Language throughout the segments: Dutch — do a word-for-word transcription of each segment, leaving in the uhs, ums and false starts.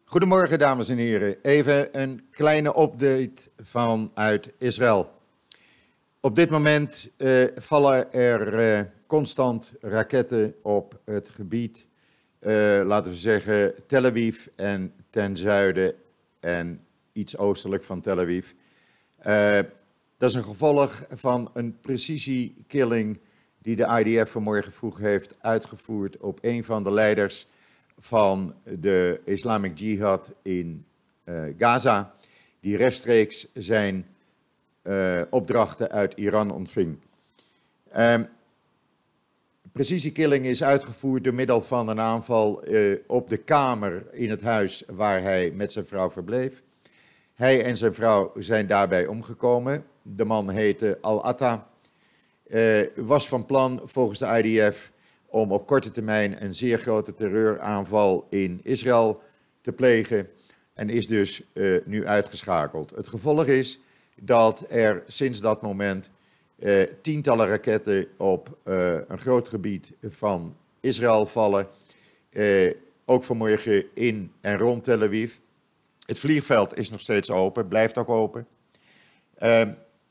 Goedemorgen dames en heren. Even een kleine update vanuit Israël. Op dit moment uh, vallen er uh, constant raketten op het gebied, uh, laten we zeggen Tel Aviv en ten zuiden en iets oostelijk van Tel Aviv. Uh, dat is een gevolg van een precisiekilling die de I D F vanmorgen vroeg heeft uitgevoerd op een van de leiders van de Islamic Jihad in uh, Gaza, die rechtstreeks zijn uh, opdrachten uit Iran ontving. Uh, precisiekilling is uitgevoerd door middel van een aanval uh, op de kamer in het huis waar hij met zijn vrouw verbleef. Hij en zijn vrouw zijn daarbij omgekomen. De man heette Al-Atta, uh, was van plan volgens de I D F om op korte termijn een zeer grote terreuraanval in Israël te plegen en is dus uh, nu uitgeschakeld. Het gevolg is dat er sinds dat moment uh, tientallen raketten op uh, een groot gebied van Israël vallen. Uh, ook vanmorgen in en rond Tel Aviv. Het vliegveld is nog steeds open, blijft ook open. Uh,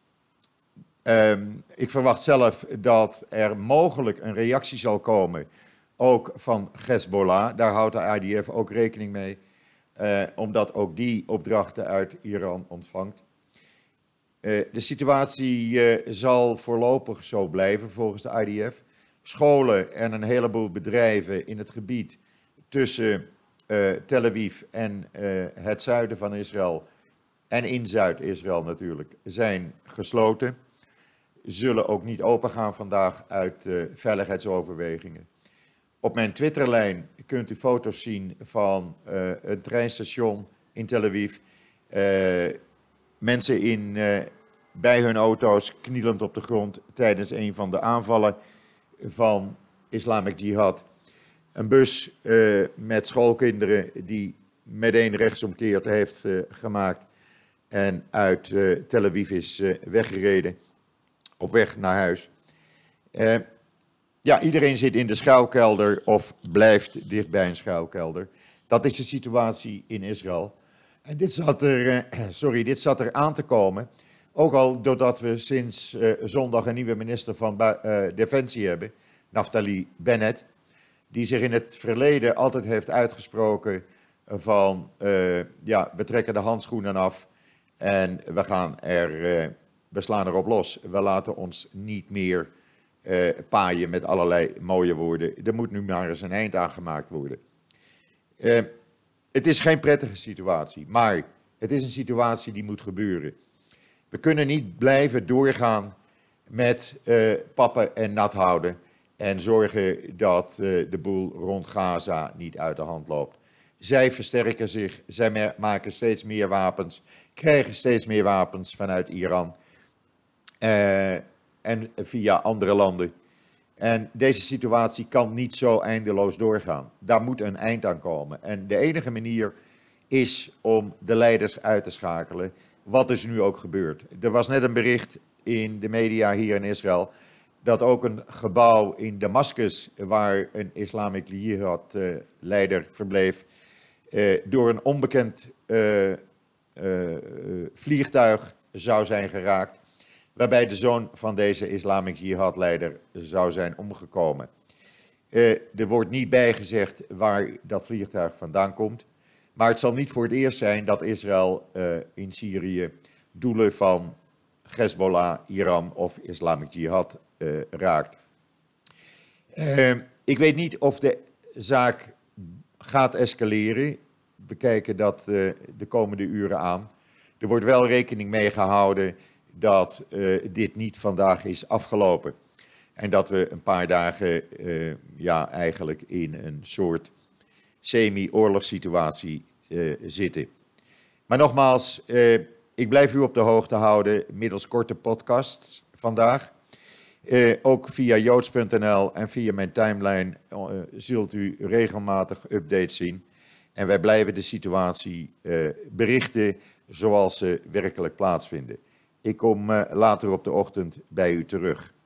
Um, ik verwacht zelf dat er mogelijk een reactie zal komen, ook van Hezbollah. Daar houdt de I D F ook rekening mee, uh, omdat ook die opdrachten uit Iran ontvangt. Uh, de situatie uh, zal voorlopig zo blijven volgens de I D F. Scholen en een heleboel bedrijven in het gebied tussen uh, Tel Aviv en uh, het zuiden van Israël en in Zuid-Israël natuurlijk zijn gesloten. Zullen ook niet opengaan vandaag uit uh, veiligheidsoverwegingen. Op mijn Twitterlijn kunt u foto's zien van uh, een treinstation in Tel Aviv. Uh, mensen in, uh, bij hun auto's knielend op de grond tijdens een van de aanvallen van Islamic Jihad. Een bus uh, met schoolkinderen die meteen rechtsomkeert heeft uh, gemaakt en uit uh, Tel Aviv is uh, weggereden. Op weg naar huis. Uh, ja, iedereen zit in de schuilkelder of blijft dicht bij een schuilkelder. Dat is de situatie in Israël. En dit zat er, uh, sorry, dit zat er aan te komen. Ook al doordat we sinds uh, zondag een nieuwe minister van uh, Defensie hebben, Naftali Bennett, die zich in het verleden altijd heeft uitgesproken van, uh, ja, we trekken de handschoenen af en we gaan er... Uh, We slaan erop los. We laten ons niet meer uh, paaien met allerlei mooie woorden. Er moet nu maar eens een eind aan gemaakt worden. Uh, het is geen prettige situatie, maar het is een situatie die moet gebeuren. We kunnen niet blijven doorgaan met uh, pappen en nat houden en zorgen dat uh, de boel rond Gaza niet uit de hand loopt. Zij versterken zich, zij maken steeds meer wapens, krijgen steeds meer wapens vanuit Iran. Uh, en via andere landen. En deze situatie kan niet zo eindeloos doorgaan. Daar moet een eind aan komen. En de enige manier is om de leiders uit te schakelen, wat dus nu ook gebeurt. Er was net een bericht in de media hier in Israël dat ook een gebouw in Damascus, waar een Islamic Jihad uh, leider verbleef, uh, door een onbekend uh, uh, vliegtuig zou zijn geraakt, waarbij de zoon van deze Islamic Jihad-leider zou zijn omgekomen. Uh, er wordt niet bijgezegd waar dat vliegtuig vandaan komt, maar het zal niet voor het eerst zijn dat Israël uh, in Syrië doelen van Hezbollah, Iran of Islamic Jihad uh, raakt. Uh, ik weet niet of de zaak gaat escaleren. We kijken dat uh, de komende uren aan. Er wordt wel rekening mee gehouden dat uh, dit niet vandaag is afgelopen. En dat we een paar dagen uh, ja, eigenlijk in een soort semi-oorlogssituatie uh, zitten. Maar nogmaals, uh, ik blijf u op de hoogte houden middels korte podcasts vandaag. Uh, ook via joods punt n l en via mijn timeline uh, zult u regelmatig updates zien. En wij blijven de situatie uh, berichten zoals ze werkelijk plaatsvinden. Ik kom uh, later op de ochtend bij u terug.